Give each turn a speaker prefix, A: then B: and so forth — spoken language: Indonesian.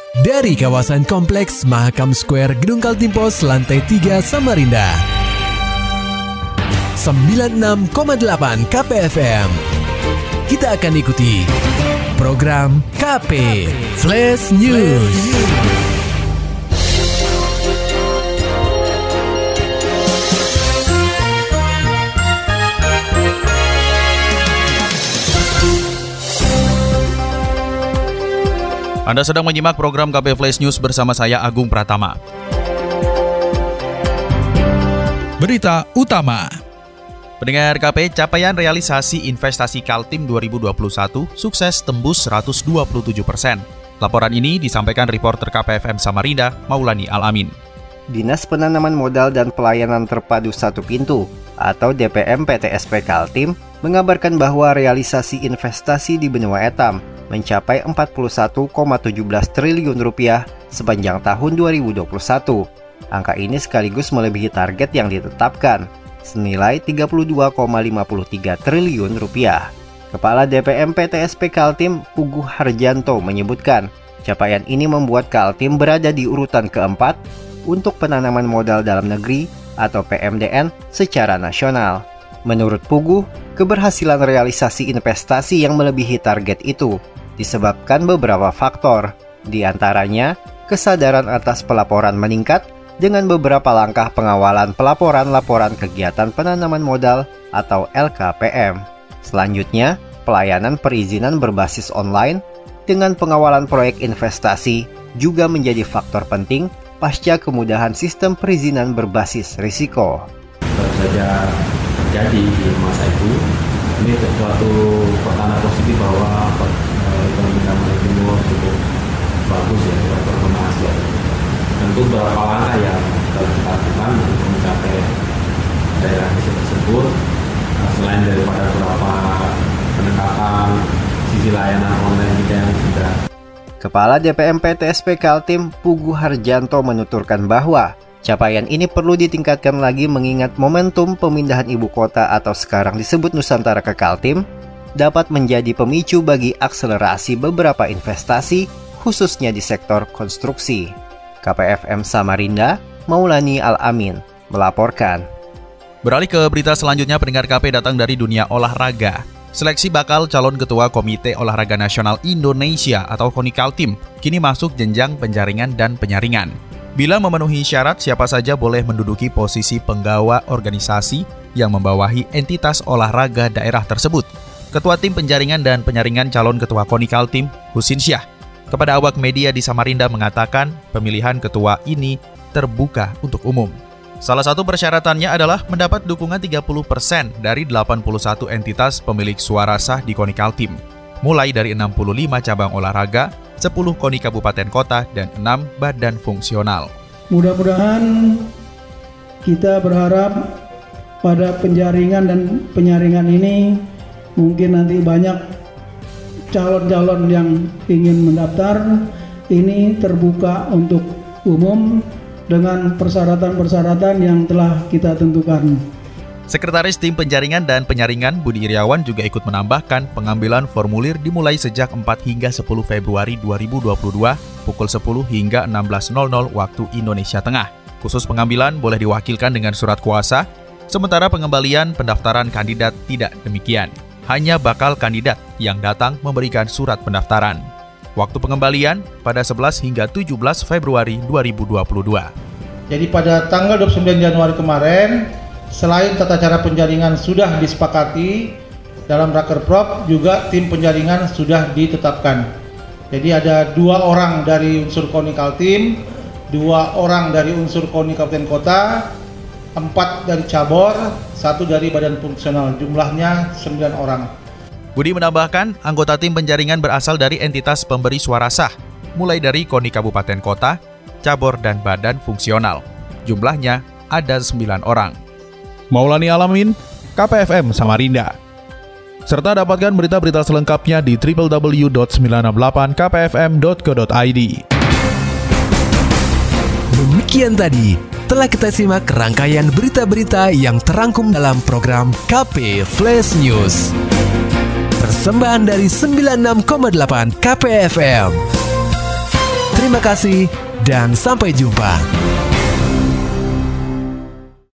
A: Dari kawasan Kompleks Mahakam Square Gedung Kaltim Pos Lantai 3 Samarinda 96,8 KPFM. Kita akan ikuti program KP Flash News.
B: Anda sedang menyimak program KP Flash News bersama saya Agung Pratama. Berita utama. Pendengar KP, capaian realisasi investasi Kaltim 2021 sukses tembus 127%. Laporan ini disampaikan reporter KPFM Samarinda, Maulani Al-Amin.
C: Dinas Penanaman Modal dan Pelayanan Terpadu Satu Pintu atau DPM PTSP Kaltim mengabarkan bahwa realisasi investasi di benua etam mencapai 41,17 triliun rupiah sepanjang tahun 2021. Angka ini sekaligus melebihi target yang ditetapkan, senilai 32,53 triliun rupiah. Kepala DPM PTSP Kaltim, Puguh Harjanto menyebutkan, capaian ini membuat Kaltim berada di urutan keempat untuk penanaman modal dalam negeri atau PMDN secara nasional. Menurut Puguh, keberhasilan realisasi investasi yang melebihi target itu disebabkan beberapa faktor, di antaranya kesadaran atas pelaporan meningkat dengan beberapa langkah pengawalan pelaporan laporan kegiatan penanaman modal atau LKPM. Selanjutnya, pelayanan perizinan berbasis online dengan pengawalan proyek investasi juga menjadi faktor penting pasca kemudahan sistem perizinan berbasis risiko.
D: Baru saja terjadi di masa itu, ini suatu pertanda positif bahwa ekonomi Kalimantan Timur cukup bagus ya, cukup berhasil. Tentu beberapa langkah yang telah kita lakukan untuk mencapai daerah tersebut, selain daripada beberapa pendekatan sisi layanan online juga yang sudah.
C: Kepala DPM PTSP Kaltim, Puguh Harjanto menuturkan bahwa capaian ini perlu ditingkatkan lagi mengingat momentum pemindahan ibu kota atau sekarang disebut Nusantara ke Kaltim dapat menjadi pemicu bagi akselerasi beberapa investasi, khususnya di sektor konstruksi. KPFM Samarinda, Maulani Al-Amin melaporkan.
B: Beralih ke berita selanjutnya, pendengar KP datang dari dunia olahraga. Seleksi bakal calon ketua Komite Olahraga Nasional Indonesia atau KONI Kaltim kini masuk jenjang penjaringan dan penyaringan. Bila memenuhi syarat, siapa saja boleh menduduki posisi penggawa organisasi yang membawahi entitas olahraga daerah tersebut. Ketua Tim Penjaringan dan Penyaringan calon ketua KONI Kaltim, Husin Syah, kepada awak media di Samarinda mengatakan pemilihan ketua ini terbuka untuk umum. Salah satu persyaratannya adalah mendapat dukungan 30% dari 81 entitas pemilik suara sah di KONI Kaltim, mulai dari 65 cabang olahraga, 10 KONI kabupaten kota, dan 6 badan fungsional.
E: Mudah-mudahan kita berharap pada penjaringan dan penyaringan ini mungkin nanti banyak calon-calon yang ingin mendaftar, ini terbuka untuk umum dengan persyaratan-persyaratan yang telah kita tentukan.
B: Sekretaris Tim Penjaringan dan Penyaringan Budi Iriawan juga ikut menambahkan pengambilan formulir dimulai sejak 4 hingga 10 Februari 2022 pukul 10 hingga 16.00 waktu Indonesia Tengah. Khusus pengambilan boleh diwakilkan dengan surat kuasa, sementara pengembalian pendaftaran kandidat tidak demikian. Hanya bakal kandidat yang datang memberikan surat pendaftaran. Waktu pengembalian pada 11 hingga 17 Februari 2022.
F: Jadi pada tanggal 29 Januari kemarin, selain tata cara penjaringan sudah disepakati, dalam Rakerprop juga tim penjaringan sudah ditetapkan. Jadi ada 2 orang dari unsur KONI Kaltim, 2 orang dari unsur KONI Kabupaten Kota, 4 dari cabor, 1 dari badan fungsional, jumlahnya 9 orang.
B: Budi menambahkan, anggota tim penjaringan berasal dari entitas pemberi suara sah, mulai dari KONI Kabupaten Kota, cabor, dan badan fungsional. Jumlahnya ada 9 orang.
G: Maulani Al-Amin, KPFM Samarinda. Serta dapatkan berita-berita selengkapnya di www.968kpfm.co.id.
A: Demikian tadi telah kita simak rangkaian berita-berita yang terangkum dalam program KP Flash News. Persembahan dari 96,8 KPFM. Terima kasih dan sampai jumpa.